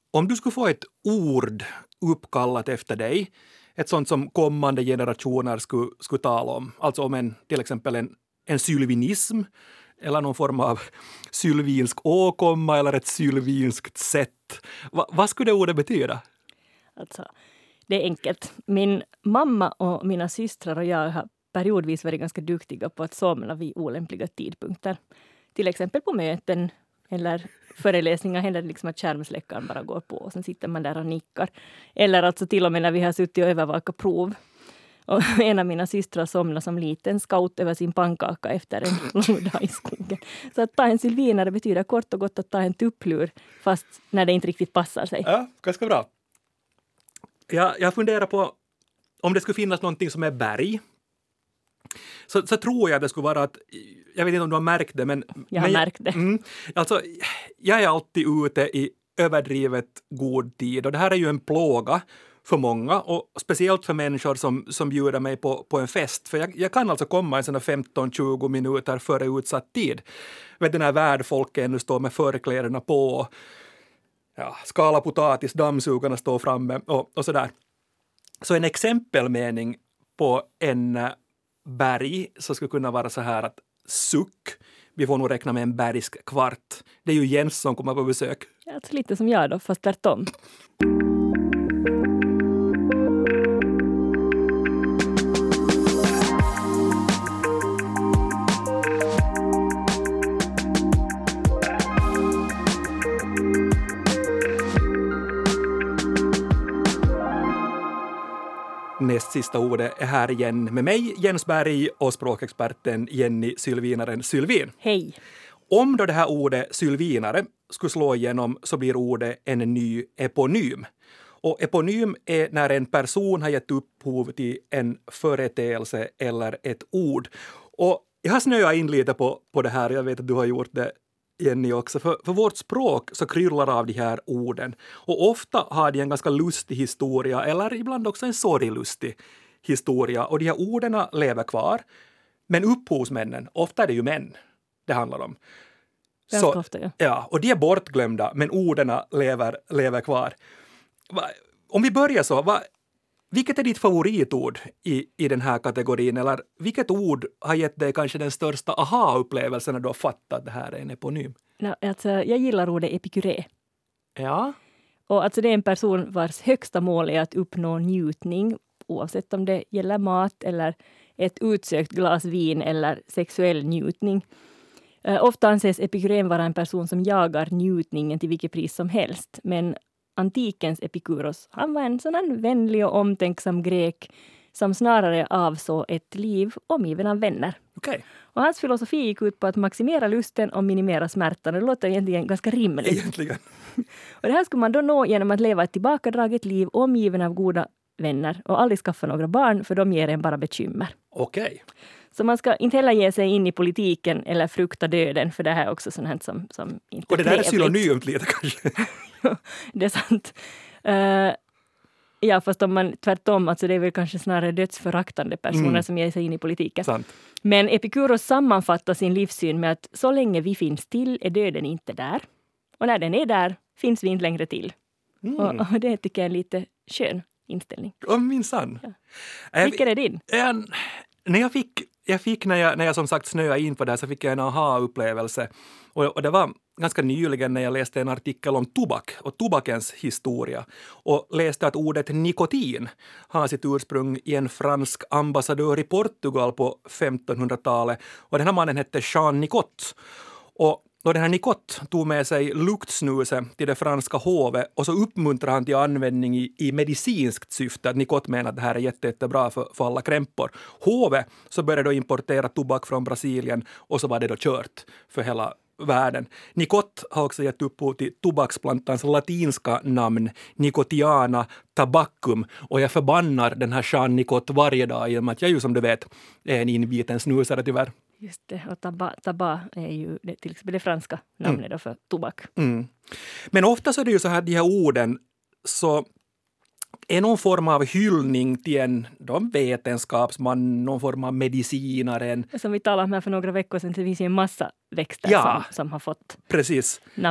Om du skulle få ett ord uppkallat efter dig, ett sånt som kommande generationer skulle tala om, alltså om till exempel en sylvinism eller någon form av sylvinsk åkomma eller ett sylvinskt sätt. Vad skulle det ordet betyda? Alltså, det är enkelt. Min mamma och mina systrar och jag har periodvis varit ganska duktiga på att somna vid olämpliga tidpunkter. Till exempel på möten eller föreläsningar händer det liksom att skärmsläckaren bara går på och sen sitter man där och nickar. Eller alltså till och med när vi har suttit och övervakat prov. Och en av mina systrar somnade som liten scout över sin pannkaka efter en lång dag i skogen. Så att ta en sylvinare betyder kort och gott att ta en tupplur fast när det inte riktigt passar sig. Ja, ganska bra. Jag funderar på om det skulle finnas någonting som är berg. Så tror jag att det skulle vara att, jag vet inte om du har märkt det, men... Jag har märkt det. Alltså, jag är alltid ute i överdrivet god tid och det här är ju en plåga för många och speciellt för människor som bjuder mig på en fest. För jag kan alltså komma en sån 15-20 minuter före utsatt tid. Vet du när värdfolk ännu står med förkläderna på och skala potatis, dammsugarna står framme och sådär. Så en exempelmening på en berg så skulle kunna vara så här att suck. Vi får nog räkna med en bergsk kvart. Det är ju Jens som kommer på besök. Ja, alltså lite som jag då, fast tvärtom. Näst sista ordet är här igen med mig, Jens Berg, och språkexperten Jenny Sylvinaren Sylvin. Hej! Om då det här ordet sylvinare skulle slå igenom så blir ordet en ny eponym. Och eponym är när en person har gett upphov till en företeelse eller ett ord. Och jag har snöat in lite på det här, jag vet att du har gjort det, Jenny, också. För vårt språk så kryllar av de här orden. Och ofta har de en ganska lustig historia eller ibland också en sorglustig historia. Och de här orden lever kvar. Men upphovsmännen, ofta är det ju män det handlar om. Ganska ofta, ja. Ja, och de är bortglömda men orden lever kvar. Om vi börjar så, vilket är ditt favoritord i den här kategorin? Eller vilket ord har gett dig kanske den största aha-upplevelsen när du har fattat att det här är en eponym? Alltså, jag gillar ordet epikure. Ja. Och alltså det är en person vars högsta mål är att uppnå njutning, oavsett om det gäller mat eller ett utsökt glas vin eller sexuell njutning. Ofta anses epikuren vara en person som jagar njutningen till vilket pris som helst. Men antikens Epikuros, han var en sådan vänlig och omtänksam grek som snarare avsåg ett liv omgiven av vänner. Okay. Och hans filosofi gick ut på att maximera lusten och minimera smärtan. Det låter egentligen ganska rimligt. Egentligen. Och det här skulle man då nå genom att leva ett tillbakadraget liv omgiven av goda vänner och aldrig skaffa några barn, för de ger en bara bekymmer. Okej. Okay. Så man ska inte heller ge sig in i politiken eller frukta döden, för det här är också sånt här som inte och det där är synonymt lite kanske. Det är sant. Ja, fast om man tvärtom, alltså det är väl kanske snarare dödsföraktande personer som ger sig in i politiken. Sant. Men Epikuros sammanfattar sin livssyn med att så länge vi finns till är döden inte där. Och när den är där finns vi inte längre till. Och det tycker jag är en lite skön inställning. Minsann. Ja. Vilken är din? När jag som sagt snöade in på det här så fick jag en aha-upplevelse. Och det var ganska nyligen när jag läste en artikel om tobak och tobakens historia. Och läste att ordet nikotin har sitt ursprung i en fransk ambassadör i Portugal på 1500-talet. Och den här mannen hette Jean Nicot. Och då den här Nicot tog med sig luktsnuset till det franska hovet och så uppmuntrade han till användning i medicinskt syfte. Att Nicot menar att det här är jättebra för alla krämpor. Hovet så började då importera tobak från Brasilien och så var det då kört för hela världen. Nicot har också gett upphov till tobaksplantans latinska namn Nicotiana tabacum, och jag förbannar den här Jean Nicot varje dag i och med att jag ju som du vet är en inbiten snusare tyvärr. Just det, och tabac är ju till exempel det franska namnet då för tobak. Men ofta så är det ju så här, de här orden så är någon form av hyllning till en vetenskapsman, någon form av medicinare. Som vi talade om här för några veckor sedan, så det finns ju en massa växter som har fått precis. namn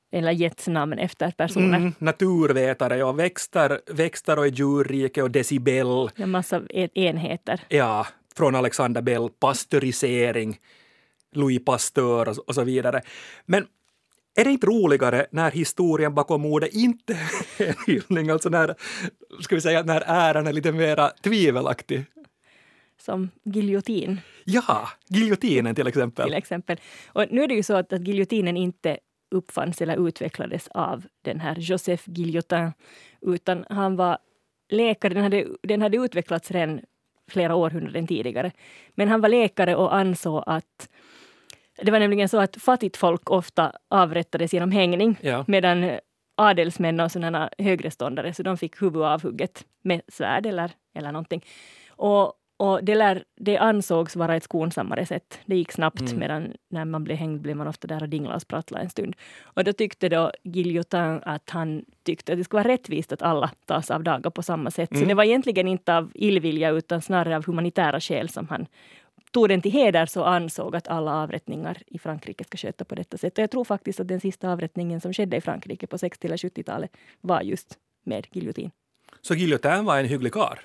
eller getts namn efter personer. Naturvetare och växter och djurrike och decibel. En massa enheter. Ja, från Alexander Bell, pastörisering, Louis Pasteur och så vidare. Men är det inte roligare när historien bakom ordet inte är en hyllning, alltså när äran är lite mer tvivelaktig? Som giljotin. Ja, giljotinen till exempel. Och nu är det ju så att giljotinen inte uppfanns eller utvecklades av den här Joseph Guillotin, utan han var läkare. Den hade utvecklats redan flera århundraden tidigare. Men han var läkare och ansåg att det var nämligen så att fattigt folk ofta avrättades genom hängning, medan adelsmän och sådana högreståndare, så de fick huvud avhugget med svärd eller någonting. Och det ansågs vara ett skonsammare sätt. Det gick snabbt, medan när man blev hängd blev man ofta där och dinglade och sprattlade en stund. Och då tyckte då Guillotin att han tyckte att det skulle vara rättvist att alla tas av dagar på samma sätt. Så det var egentligen inte av illvilja utan snarare av humanitära skäl som han tog den till heder, så ansåg att alla avrättningar i Frankrike ska sköta på detta sätt. Och jag tror faktiskt att den sista avrättningen som skedde i Frankrike på 60- eller 70-talet var just med giljotin. Så Guillotin var en hygglig karl?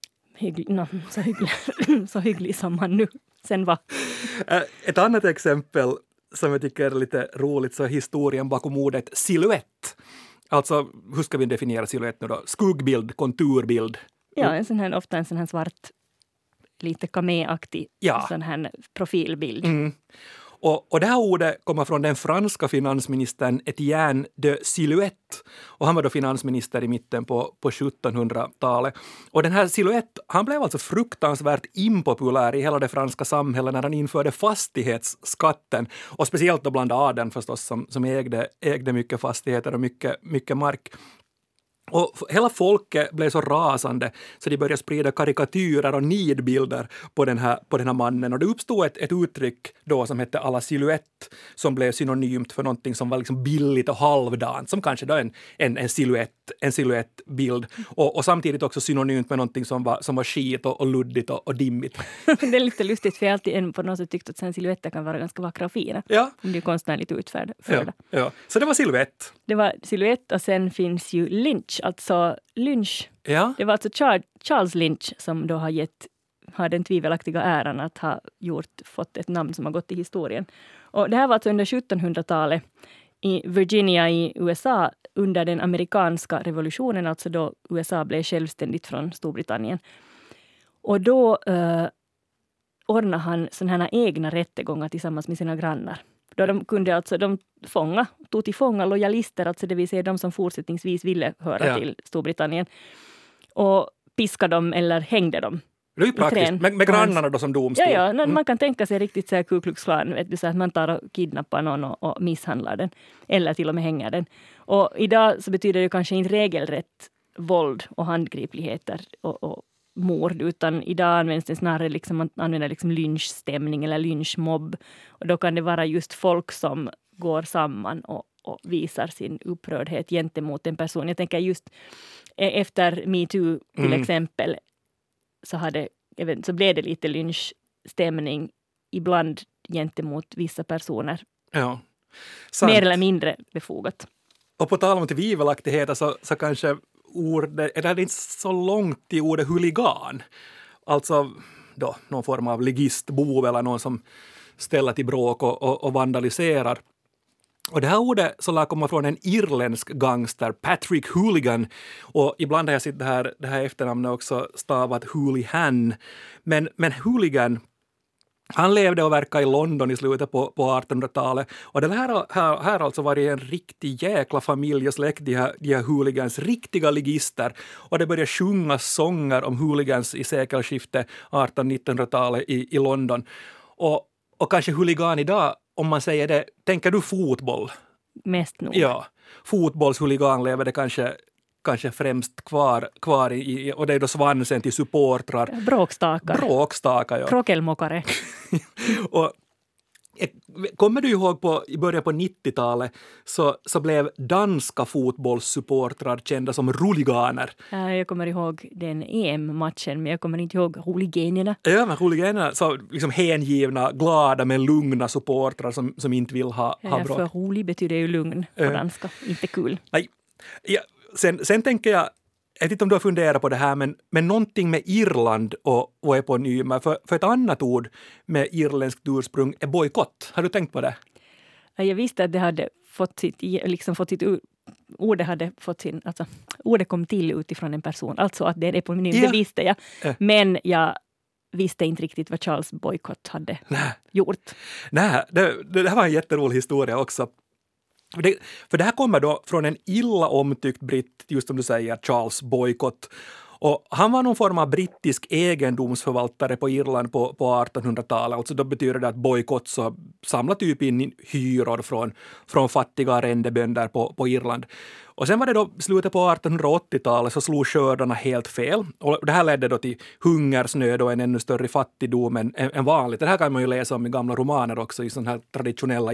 Så hygglig som han nu sen var. Ett annat exempel som jag tycker är lite roligt, så är historien bakom ordet silhuett. Alltså, hur ska vi definiera silhuett nu då? Skuggbild, konturbild. Ja, ofta en sån här svart, lite kaméaktig sån här profilbild. Och det här ordet kommer från den franska finansministern Etienne de Silhouette. Och han var då finansminister i mitten på 1700-talet. Och den här Silhouette, han blev alltså fruktansvärt impopulär i hela det franska samhället när han införde fastighetsskatten. Och speciellt då bland adeln förstås som ägde mycket fastigheter och mycket mark. Och hela folket blev så rasande så de började sprida karikatyrer och nidbilder på den här mannen. Och det uppstod ett uttryck då som hette à la silhouette, som blev synonymt för någonting som var liksom billigt och halvdant, som kanske då en silhuettbild. Och samtidigt också synonymt med någonting som var skit och luddigt och dimmigt. Det är lite lustigt, för jag alltid på något sätt tyckt att sen silhuetter kan vara ganska vackra och fina. Ja. Det är konstnärligt utförda. Ja. Så det var silhuett. Det var silhuett, och sen finns ju lynch, alltså lynch. Ja. Det var alltså Charles Lynch som då har den tvivelaktiga äran att ha fått ett namn som har gått i historien. Och det här var alltså under 1700-talet i Virginia i USA under den amerikanska revolutionen, alltså då USA blev självständigt från Storbritannien. Och då ordnade han sådana här egna rättegångar tillsammans med sina grannar. Då de kunde alltså, tog till fånga lojalister, alltså det vill säga de som fortsättningsvis ville höra till Storbritannien, och piskade dem eller hängde dem. Det är ju praktiskt, med grannarna då som domstol. Ja, man kan tänka sig riktigt så här Ku Klux Klan, så att man tar och kidnappar någon och misshandlar den, eller till och med hänger den. Och idag så betyder det kanske inte regelrätt våld och handgripligheter och mord, utan idag används det snarare man använder lynchstämning eller lynchmobb, och då kan det vara just folk som går samman och visar sin upprördhet gentemot en person. Jag tänker just efter MeToo till exempel så blev det lite lynchstämning ibland gentemot vissa personer. Ja. Mer eller mindre befogat. Och på tal om tvivelaktigheter så kanske det är inte så långt i ordet huligan. Alltså då någon form av ligistbov eller någon som ställer till bråk och vandaliserar. Och det här ordet så lär komma från en irländsk gangster, Patrick Hooligan. Och ibland har jag sett det här efternamnet också stavat Hoolihan. Men Hooligan, han levde och verkade i London i slutet på 1800-talet. Och det här har alltså varit en riktig jäkla familjesläkt, de här hooligans, riktiga ligister. Och det började sjungas sånger om hooligans i sekelskiftet 1800-1900-talet i London. Och kanske hooligan idag, om man säger det, tänker du fotboll? Mest nog. Ja, fotbollshuligan lever det kanske främst kvar i, och det är då svansen till supportrar. Bråkstakar, ja. Krokelmokare. Kommer du ihåg i början på 90-talet så blev danska fotbollssupportrar kända som roliganer. Jag kommer ihåg den EM-matchen, men jag kommer inte ihåg holiganerna. Ja, men roliganerna, så liksom hängivna, glada men lugna supportrar som inte vill ha bråk. För rolig betyder ju lugn på danska, inte kul. Nej. Ja, sen tänker jag vet inte om du har funderat på det här, men någonting med Irland och är på nymer. För ett annat ord med irländskt ursprung är bojkott. Har du tänkt på det? Jag visste att det hade fått sitt ordet hade fått sin, alltså ordet kom till utifrån en person. Alltså att det är på nymer, det visste jag. Men jag visste inte riktigt vad Charles Boycott hade gjort. Nej, det här var en jätterolig historia också. För det här kommer då från en illa omtyckt britt, just som du säger, Charles Boycott. Och han var någon form av brittisk egendomsförvaltare på Irland på 1800-talet. Alltså då betyder det att bojkott så samlar typ in hyror från fattiga arrendebönder på Irland. Och sen var det då slutet på 1880-talet så slog skördarna helt fel. Och det här ledde då till hungersnöd och en ännu större fattigdom än vanligt. Det här kan man ju läsa om i gamla romaner också, i sådana här traditionella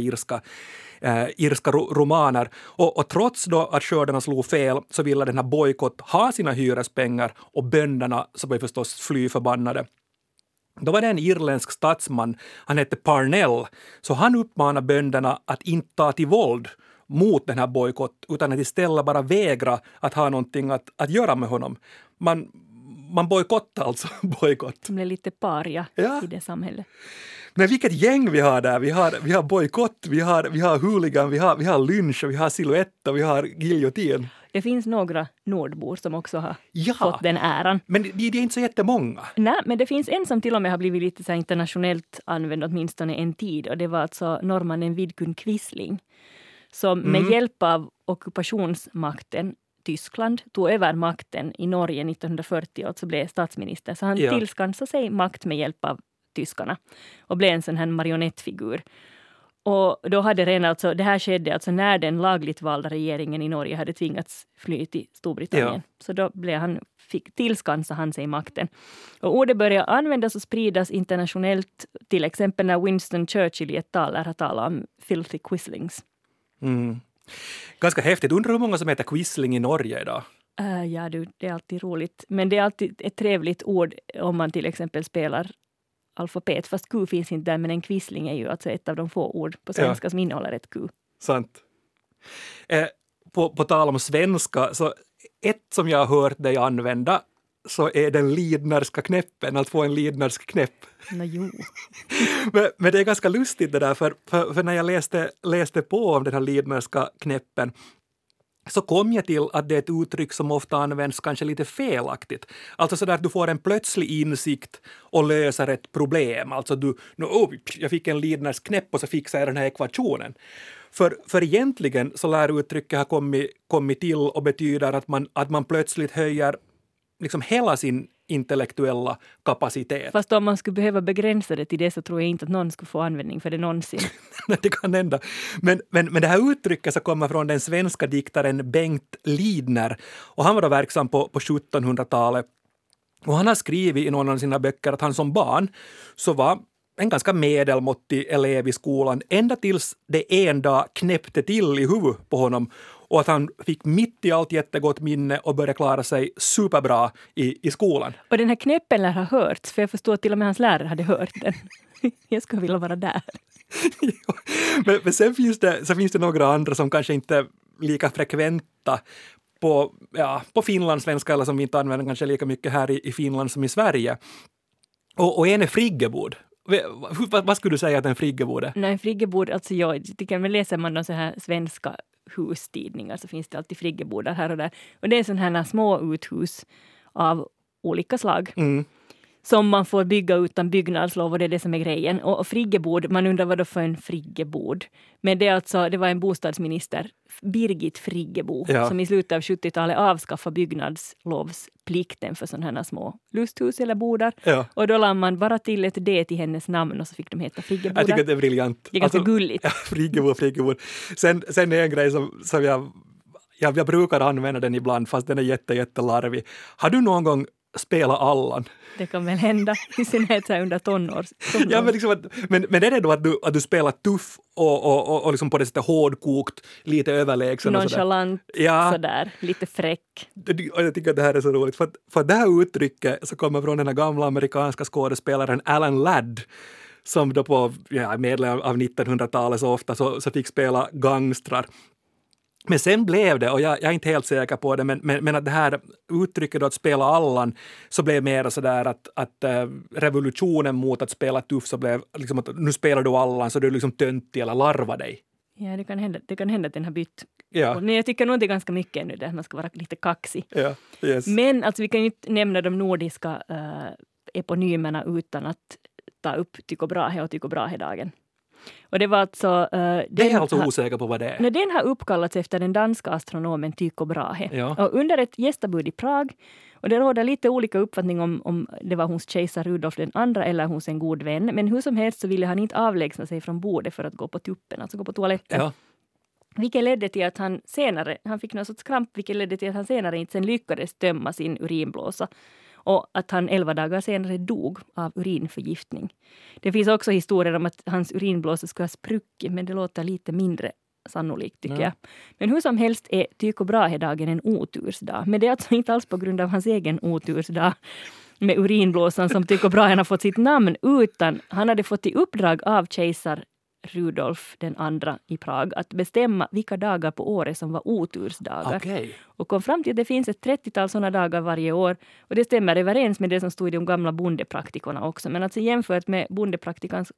irska romaner. Och trots då att skördarna slog fel så ville den här bojkott ha sina hyrespengar och bönderna så var förstås fly förbannade. Då var det en irländsk statsman, han hette Parnell, så han uppmanade bönderna att inte ta till våld mot den här bojkott utan att istället bara vägra att ha någonting att göra med honom. Man bojkottar alltså bojkott. Som är lite paria i det samhället. Men vilket gäng vi har där. Vi har bojkott, vi har hooligan, vi har lynch, vi har silhuett och vi har giljotin. Det finns några nordbor som också har fått den äran. Men det är inte så jättemånga. Nej, men det finns en som till och med har blivit lite så internationellt använd åtminstone en tid. Och det var alltså norrmannen Vidkun Quisling. Som med hjälp av ockupationsmakten Tyskland tog över makten i Norge 1940 och så blev statsminister. Så han tillskansade sig makt med hjälp av tyskarna och blev en sån här marionettfigur. Och då hade det här skedde alltså när den lagligt valda regeringen i Norge hade tvingats fly till Storbritannien. Ja. Så då tillskansade han sig makten. Och ordet började användas och spridas internationellt, till exempel när Winston Churchill i ett tal har talat om filthy quislings. Mm. Ganska häftigt. Undrar hur många som heter quisling i Norge idag? Det är alltid roligt. Men det är alltid ett trevligt ord om man till exempel spelar alfabet. Fast Q finns inte där, men en quisling är ju alltså ett av de få ord på svenska som innehåller ett Q. Sant. På tal om svenska, så ett som jag har hört dig använda så är den lidnerska knäppen, att få en lidnersk knäpp. Men det är ganska lustigt det där, för när jag läste på om den här lidnerska knäppen så kom jag till att det är ett uttryck som ofta används kanske lite felaktigt. Alltså sådär att du får en plötslig insikt och löser ett problem. Alltså jag fick en lidnersk knäpp och så fixade jag den här ekvationen. För egentligen så lär uttrycket ha kommit till och betyder att man plötsligt höjer liksom hela sin intellektuella kapacitet. Fast om man skulle behöva begränsa det till det så tror jag inte att någon skulle få användning för det någonsin. Det kan hända. Men det här uttrycket så kommer från den svenska diktaren Bengt Lidner. Och han var då verksam på 1700-talet. Och han har skrivit i någon av sina böcker att han som barn så var en ganska medelmåttig elev i skolan ända tills det en dag knäppte till i huvudet på honom och att han fick mitt i allt jättegott minne och började klara sig superbra i skolan. Och den här knäppen lär ha hörts, för jag förstår att till och med hans lärare hade hört den. Jag skulle vilja vara där. Men sen finns det några andra som kanske inte är lika frekventa på finlandssvenska eller som vi inte använder kanske lika mycket här i Finland som i Sverige. Och en är friggebod. Vad skulle du säga att en friggebod är? Nej, en friggebod, alltså jag tycker, men läser man de så här svenska hustidningar så finns det alltid friggebodar här och där. Och det är sådana här små uthus av olika slag. Som man får bygga utan byggnadslov och det är det som är grejen. Och friggebod, man undrar vad då för en friggebod. Men det var en bostadsminister, Birgit Friggebo, som i slutet av 70-talet avskaffade byggnadslovsplikten för sådana här små lusthus eller bodar. Ja. Och då lade man bara till ett D till hennes namn och så fick de heta friggebodar. Jag tycker att det är briljant. Det är ganska gulligt. Ja, friggebo. Sen är en grej som jag brukar använda den ibland fast den är jättelarvig. Har du någon gång spela Allan. Det kan väl hända, i synnerhet så här under tonår. Ja, men, liksom men är det då att du spelar tuff och liksom på det sättet hårdkokt, lite överlägsen? Nonchalant, sådär, lite fräck. Och jag tycker att det här är så roligt, för det här uttrycket så kommer från den här gamla amerikanska skådespelaren Alan Ladd, som då på medel av 1900-talet så ofta så fick spela gangstrar. Men sen blev det, och jag är inte helt säker på det, men att det här uttrycket då att spela Allan så blev mer sådär att revolutionen mot att spela tuff så blev liksom att nu spelar du Allan så du är liksom töntig eller larva dig. Ja, det kan hända att den har bytt. Ja. Men jag tycker nog det är ganska mycket nu att man ska vara lite kaxig. Ja, yes. Men alltså, vi kan ju inte nämna de nordiska eponymerna utan att ta upp Tycho Brahe och Tycho Brahe-dagen. Och det var alltså... det är alltså osäker på vad det är. Den har uppkallats efter den danska astronomen Tycho Brahe. Ja. Och under ett gästabud i Prag. Och det råder lite olika uppfattning om det var hos kejsar Rudolf den andra eller hos en god vän. Men hur som helst så ville han inte avlägsna sig från bordet för att gå på tuppen, alltså gå på toaletten. Ja. Vilket ledde till att han fick någon sorts kramp, vilket ledde till att han senare inte sen lyckades tömma sin urinblåsa. Och att han 11 dagar senare dog av urinförgiftning. Det finns också historier om att hans urinblåsa skulle ha spruckit, men det låter lite mindre sannolikt tycker jag. Men hur som helst är Tycho Brahe-dagen en otursdag. Men det är alltså inte alls på grund av hans egen otursdag med urinblåsan som Tycho Brahe har fått sitt namn, utan han hade fått i uppdrag av kejsar Rudolf den andra i Prag att bestämma vilka dagar på året som var otursdagar. Okay. Och kom fram till att det finns ett 30-tal sådana dagar varje år. Och det stämmer överens med det som stod i de gamla bondepraktikorna också. Men alltså jämfört med bondepraktikans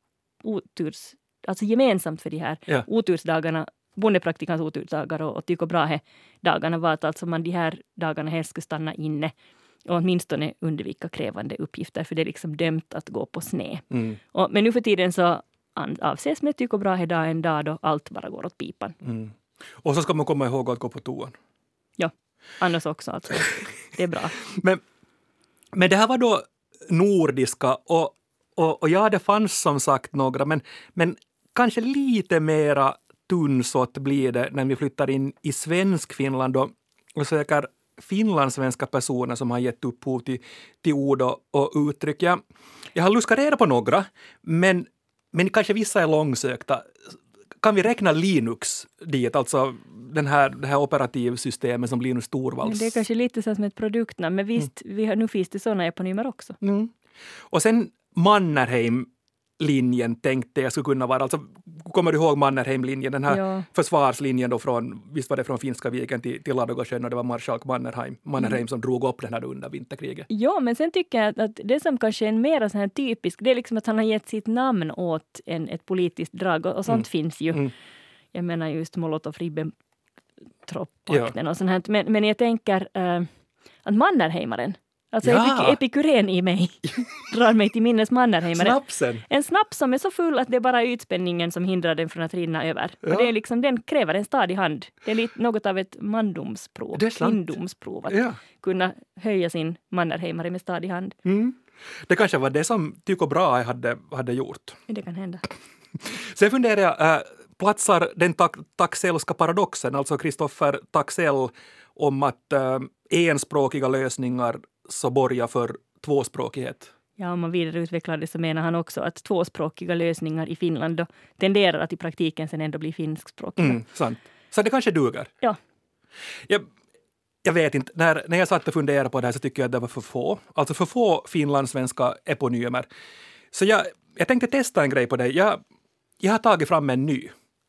alltså gemensamt för de här otursdagarna, bondepraktikans otursdagar och Tycho Brahe-dagarna var att alltså man de här dagarna helst skulle stanna inne och åtminstone undvika krävande uppgifter, för det är liksom dömt att gå på sned. Mm. Men nu för tiden så avses med Tycho Brahe-dag en dag då allt bara går åt pipan. Mm. Och så ska man komma ihåg att gå på toan. Ja, annars också. Alltså. Det är bra. Men det här var då nordiska och ja, det fanns som sagt några, men kanske lite mera tunnsått blir det när vi flyttar in i svensk Finland och söker finlandssvenska personer som har gett upphov till ord och uttryck. Jag har luskat reda på några, men kanske vissa är långsökta. Kan vi räkna Linux dit, alltså det här operativsystemet som Linus Torvalds? Det är kanske lite så som ett produktnamn, men visst, nu finns det sådana eponymer också. Mm. Och sen Mannerheim-linjen tänkte jag skulle kunna vara, alltså kommer du ihåg Mannerheim-linjen, den här försvarslinjen då visst var det från Finska viken till Ladugårdsjön, och det var marskalk Mannerheim som drog upp den här under vinterkriget. Ja, men sen tycker jag att det som kanske är en mer så här typisk, det är liksom att han har gett sitt namn åt ett politiskt drag, och sånt finns ju. Mm. Jag menar just Molotov-Ribbentrop-pakten och sånt här. Men jag tänker att Mannerheimaren, alltså epikuren i mig drar mig till minnes Mannerheimaren. Snapsen. En snaps som är så full att det är bara ytspänningen som hindrar den från att rinna över. Ja. Och det är liksom, den kräver en stadig hand. Det är lite något av ett mandomsprov, kvindomsprov att kunna höja sin Mannerheimare med stadig hand. Mm. Det kanske var det som Tycho Brahe hade gjort. Det kan hända. Sen funderar jag, platsar den taxellska paradoxen, alltså Kristoffer Taxell, om att enspråkiga lösningar så borgar för tvåspråkighet. Ja, om man vidareutvecklar det så menar han också att tvåspråkiga lösningar i Finland då tenderar att i praktiken sen ändå bli finskspråkiga. Sant. Så det kanske duger. Ja. Jag vet inte, när jag satt och funderade på det här så tycker jag att det var för få. Alltså för få finlandssvenska eponymer. Så jag tänkte testa en grej på dig. Jag har tagit fram en ny.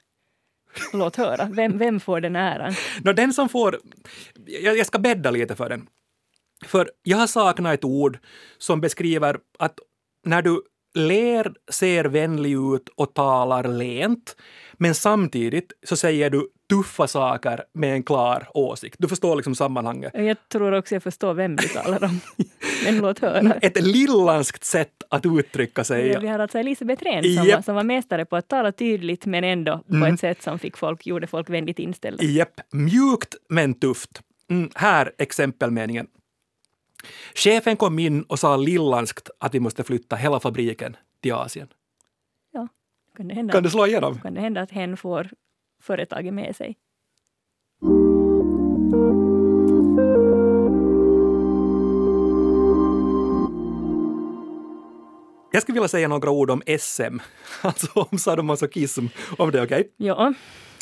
Låt höra. Vem får den äran? Den som får... Jag ska bädda lite för den. För jag har saknat ett ord som beskriver att när du ler, ser vänlig ut och talar lent, men samtidigt så säger du tuffa saker med en klar åsikt. Du förstår liksom sammanhanget. Jag tror också jag förstår vem du talar om. Men låt höra. Ett lillanskt sätt att uttrycka sig. Ja, vi har alltså Elisabeth Rehn som var mästare på att tala tydligt men ändå på ett sätt som gjorde folk vänligt inställda. Japp, mjukt men tufft. Här exempelmeningen. Chefen kom in och sa lillanskt att vi måste flytta hela fabriken till Asien. Ja, kan det hända. Kan det slå igenom? Kan det hända att hen får företaget med sig? Jag skulle vilja säga några ord om SM, alltså om sadomasochism, om det är okej? Ja,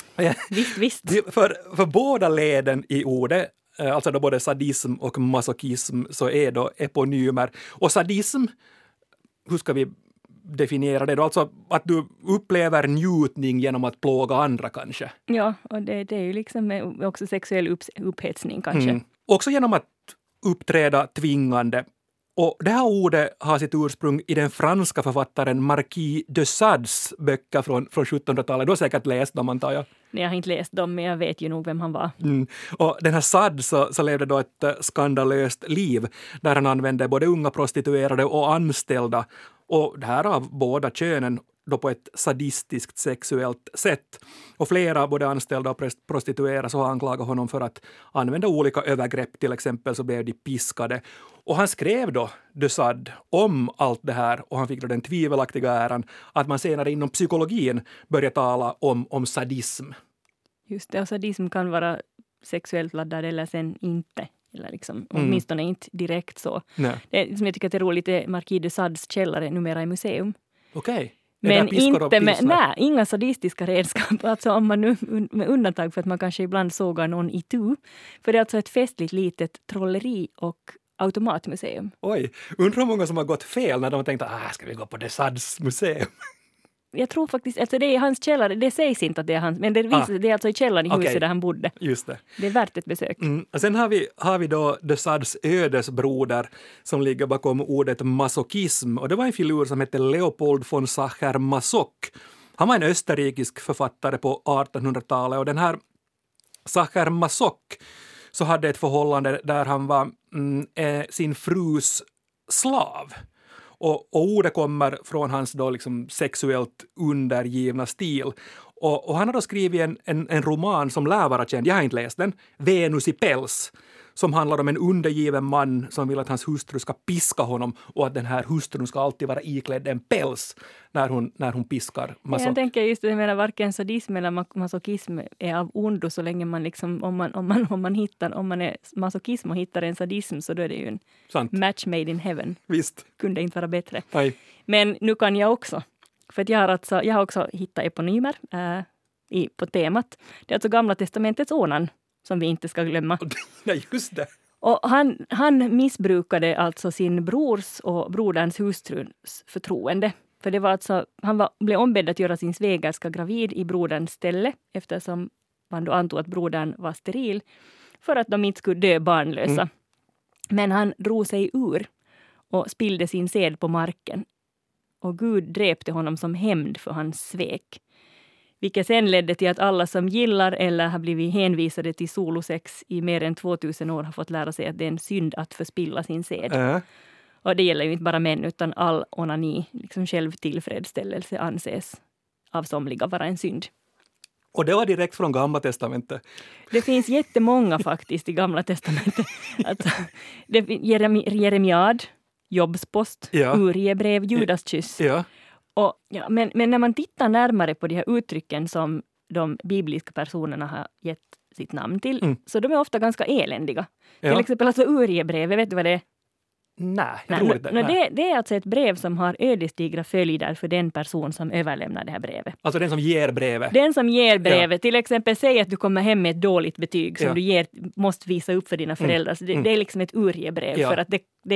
visst. För båda leden i ordet, alltså då både sadism och masochism, så är då eponymer. Och sadism, hur ska vi definiera det då? Alltså att du upplever njutning genom att plåga andra kanske. Ja, och det är ju liksom också sexuell upphetsning kanske. Också genom att uppträda tvingande. Och det här ordet har sitt ursprung i den franska författaren Marquis de Sades böcker från 1700-talet. Du har säkert läst dem, antar jag. Nej, jag har inte läst dem, men jag vet ju nog vem han var. Och den här Sade så levde då ett skandalöst liv där han använde både unga prostituerade och anställda. Och det här av båda könen då på ett sadistiskt sexuellt sätt. Och flera, både anställda och prostituerade, så har anklagat honom för att använda olika övergrepp. Till exempel så blev de piskade. Och han skrev då de Sade om allt det här, och han fick då den tvivelaktiga äran att man senare inom psykologin började tala om sadism. Just det, och sadism kan vara sexuellt laddad eller sen inte. Eller liksom, åtminstone inte direkt så. Nej. Det som jag tycker att det är roligt är Marquis de Sades källare numera i museum. Okej. Men inte inga sadistiska redskap. Alltså om man nu, med undantag för att man kanske ibland sågar någon i tu. För det är alltså ett festligt litet trolleri och automatmuseum. Oj, undrar hur många som har gått fel när de har tänkt ska vi gå på de Sades museum? Jag tror faktiskt, alltså det är hans källare, det sägs inte att det är hans, men det är alltså i källaren i huset där han bodde. Just det. Det är värt ett besök. Och sen har vi då de Sades ödesbroder som ligger bakom ordet masochism, och det var en filur som hette Leopold von Sacher-Masoch. Han var en österrikisk författare på 1800-talet, och den här Sacher-Masoch så hade ett förhållande där han var sin frus slav. Och ordet kommer från hans då liksom sexuellt undergivna stil. Och han har då skrivit en roman som lär vara känd, jag har inte läst den, Venus i päls, som handlar om en undergiven man som vill att hans hustru ska piska honom, och att den här hustrun ska alltid vara iklädd en päls när hon piskar Masoch. Jag tänker just det, menar varken sadism eller masochism är av ondo så länge man liksom, om man är masochism och hittar en sadism, så då är det ju en match made in heaven. Visst. Kunde inte vara bättre. Nej. Men nu kan jag också, för att jag har också hittat eponymer på temat. Det är alltså Gamla testamentets Onan som vi inte ska glömma. Ja, just det. Och han missbrukade alltså sin brors och broderns hustruns förtroende. För det var alltså, blev ombedd att göra sin svägerska gravid i broderns ställe, eftersom man då antog att brodern var steril, för att de inte skulle dö barnlösa. Men han drog sig ur och spillde sin sed på marken. Och Gud dräpte honom som hämnd för hans svek. Vilket sen ledde till att alla som gillar eller har blivit hänvisade till solosex i mer än 2000 år har fått lära sig att det är en synd att förspilla sin sed. Och det gäller ju inte bara män, utan all onani, liksom självtillfredsställelse, anses av somliga vara en synd. Och det var direkt från Gamla testamentet. Det finns jättemånga faktiskt i Gamla testamentet. Alltså, Jeremiad, Jobspost, Uriebrev, Judas kyss. Ja. Men när man tittar närmare på de här uttrycken som de bibliska personerna har gett sitt namn till, så de är ofta ganska eländiga. Till exempel alltså Uriebrevet, vet du vad det är? Nej, jag tror inte. Det är alltså ett brev som har ödesdigra följder för den person som överlämnar det här brevet. Alltså den som ger brevet? Den som ger brevet. Ja. Till exempel, säg att du kommer hem med ett dåligt betyg som du måste visa upp för dina föräldrar. Så det är liksom ett Uriebrev, för att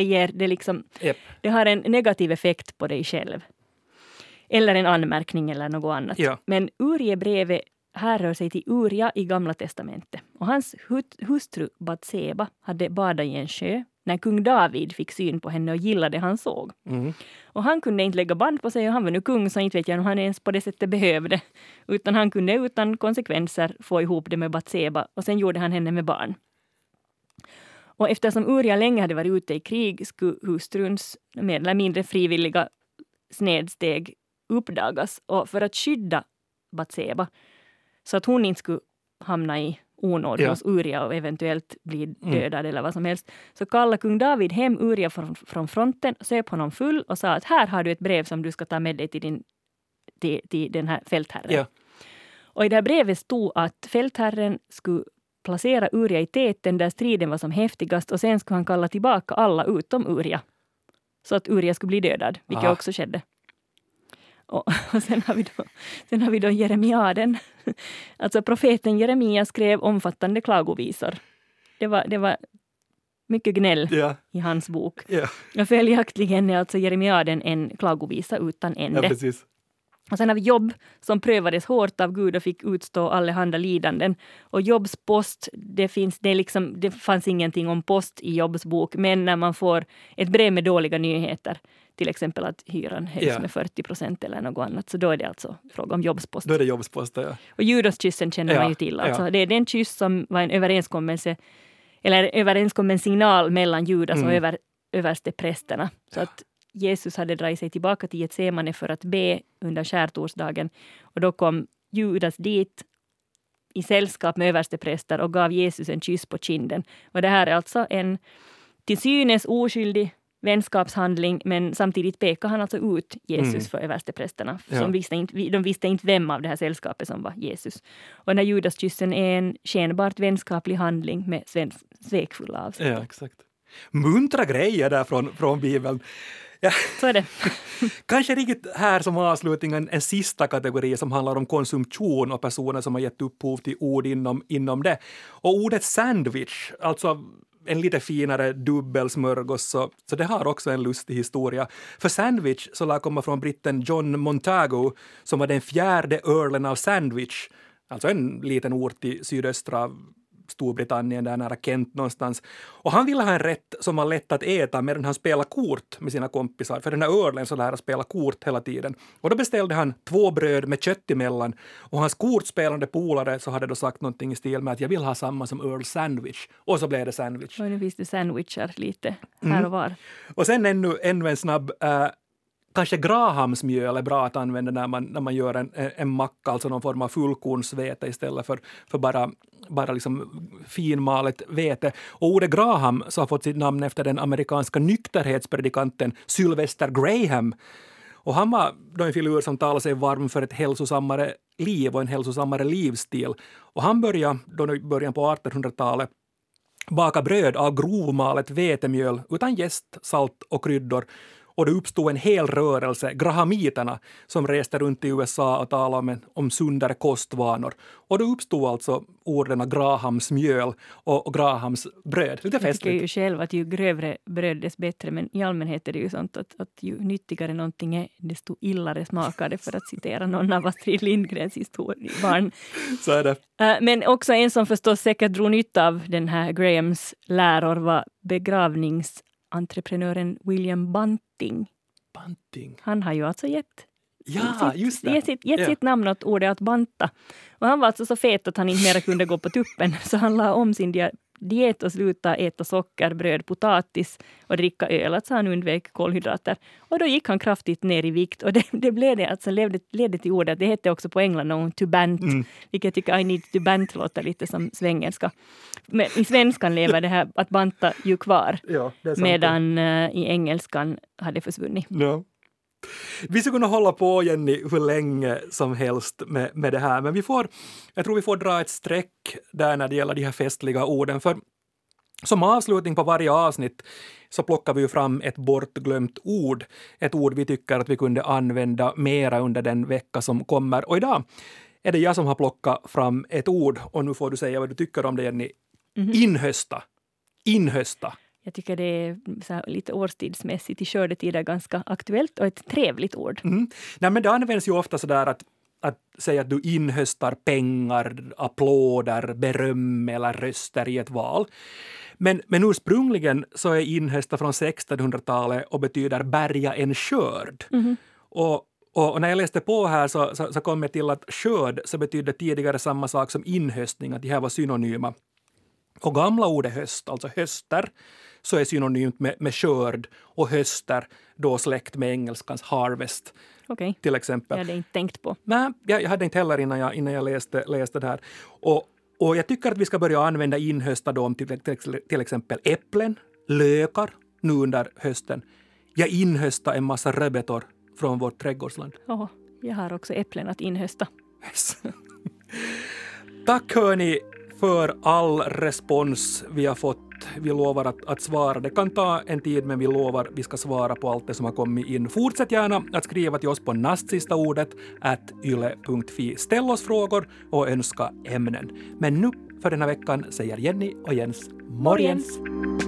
det har en negativ effekt på dig själv. Eller en anmärkning eller något annat. Ja. Men Uriebrevet härrör sig till Uria i Gamla testamentet. Och hans hustru Batseba hade badat i en sjö när kung David fick syn på henne och gillade han såg. Och han kunde inte lägga band på sig, och han var nu kung, så inte vet jag om han ens på det sättet behövde. Utan han kunde utan konsekvenser få ihop det med Batseba, och sen gjorde han henne med barn. Och eftersom Uria länge hade varit ute i krig skulle hustruns mer eller mindre frivilliga snedsteg uppdagas, och för att skydda Batseba så att hon inte skulle hamna i onåd hos Uria och eventuellt bli dödad eller vad som helst, så kallade kung David hem Uria från fronten, söp honom full och sa att här har du ett brev som du ska ta med dig till den här fältherren. Ja. Och i det här brevet stod att fältherren skulle placera Uria i täten där striden var som häftigast, och sen skulle han kalla tillbaka alla utom Uria. så att Uria skulle bli dödad, vilket också skedde. Och sen har vi då Jeremiaden. Alltså profeten Jeremia skrev omfattande klagovisor. Det var mycket gnäll i hans bok. Och följaktligen är alltså Jeremiaden en klagovisa utan ände. Ja, precis. Och sen har vi Jobb som prövades hårt av Gud och fick utstå allehanda lidanden. Och Jobbs post, det fanns ingenting om post i Jobbs bok. Men när man får ett brev med dåliga nyheter, till exempel att hyran höjs med 40% eller något annat, så då är det alltså fråga om Jobbs post. Då är det Jobbs post, ja. Och Judaskyssen känner man ju till. Alltså. Det är den kyss som var en överenskommelse, eller överenskommen signal mellan Judas och översteprästerna. Så att Jesus hade dragit sig tillbaka till Getsemane för att be under skärtorsdagen. Och då kom Judas dit i sällskap med överstepräster och gav Jesus en kyss på kinden. Och det här är alltså en till synes oskyldig vänskapshandling, men samtidigt pekar han alltså ut Jesus för översteprästerna. De visste inte vem av det här sällskapet som var Jesus. Och den här Judaskyssen är en skenbart vänskaplig handling med svekfulla avsikter. Ja, exakt. Muntra grejer där från Bibeln. Ja. Så är det. Kanske riktigt här som avslutning en sista kategori som handlar om konsumtion och personer som har gett upphov till ord inom det. Och ordet sandwich, alltså en lite finare dubbelsmörgås, så det har också en lustig historia. För sandwich så lär komma från britten John Montagu som var den 4:e earlen av Sandwich, alltså en liten ort i sydöstra Storbritannien, där nära Kent någonstans. Och han ville ha en rätt som var lätt att äta medan han spelade kort med sina kompisar. För den här earlen så lär han spela kort hela tiden. Och då beställde han 2 bröd med kött emellan. Och hans kortspelande polare så hade då sagt någonting i stil med att jag vill ha samma som Earl Sandwich. Och så blev det sandwich. Och nu finns det sandwichar lite här och var. Och sen ännu en snabb... Kanske Grahamsmjöl är bra att använda när man gör en macka, alltså någon form av fullkornsvete istället för bara liksom finmalet vete. Och ordet Graham så har fått sitt namn efter den amerikanska nykterhetspredikanten Sylvester Graham. Och han var då en filur som talade sig varm för ett hälsosammare liv och en hälsosammare livsstil. Och han började då i början på 1800-talet baka bröd av grovmalet vetemjöl utan jäst, salt och kryddor. Och det uppstod en hel rörelse, grahamiterna, som reste runt i USA och talade om sundare kostvanor. Och då uppstod alltså orden Grahams mjöl och Grahams bröd. Lite festligt. Jag tycker ju själv att ju grövre bröd desto bättre, men i allmänhet är det ju sånt att ju nyttigare någonting är, desto illare smakar det, för att citera någon av Astrid Lindgrens historiebarn. Så är det. Men också en som förstås säkert drog nytta av den här Grahams läror var begravningsentreprenören William Bunting. Han har ju alltså gett sitt namn åt ordet att banta. Och han var alltså så fet att han inte mer kunde gå på tuppen. Så han la om sin diet och sluta äta socker, bröd, potatis och dricka öl. Alltså han undvek kolhydrater. Och då gick han kraftigt ner i vikt. Och det blev det, alltså ledde till ordet. Det hette också på England någon to bant. Vilket jag tycker I need to bant låter lite som svengelska. Men i svenskan lever det här att banta ju kvar. Ja, medan i engelskan hade försvunnit. Ja. Vi ska kunna hålla på, Jenny, hur länge som helst med det här. Men jag tror vi får dra ett streck där när det gäller de här festliga orden. För som avslutning på varje avsnitt så plockar vi ju fram ett bortglömt ord. Ett ord vi tycker att vi kunde använda mera under den vecka som kommer. Och idag är det jag som har plockat fram ett ord. Och nu får du säga vad du tycker om det, Jenny. Inhösta. Jag tycker det är så här lite årstidsmässigt i skördetider ganska aktuellt och ett trevligt ord. Nej, men det används ju ofta så där att säga att du inhöstar pengar, applåder, beröm eller röster i ett val. Men ursprungligen så är inhösta från 1600-talet och betyder bärga en skörd. Och när jag läste på här så kom jag till att skörd så betydde tidigare samma sak som inhöstning, att de här var synonyma. Och gamla ordet höst, alltså höster, så är synonymt med skörd, och höster då släkt med engelskans harvest. Okej. Till exempel. Jag hade inte tänkt på. Nej, jag hade inte heller innan jag läste det här. Och jag tycker att vi ska börja använda inhösta då om till exempel äpplen, lökar nu under hösten. Jag inhösta en massa rödbetor från vårt trädgårdsland. Ja, jag har också äpplen att inhösta. Yes. Tack hörni för all respons vi har fått att vi lovar att svara. Det kan ta en tid, men vi lovar vi ska svara på allt det som har kommit in. Fortsätt gärna att skriva till oss på nastsistaordet@yle.fi. Ställ oss frågor och önska ämnen. Men nu för den här veckan säger Jenny och Jens morgens.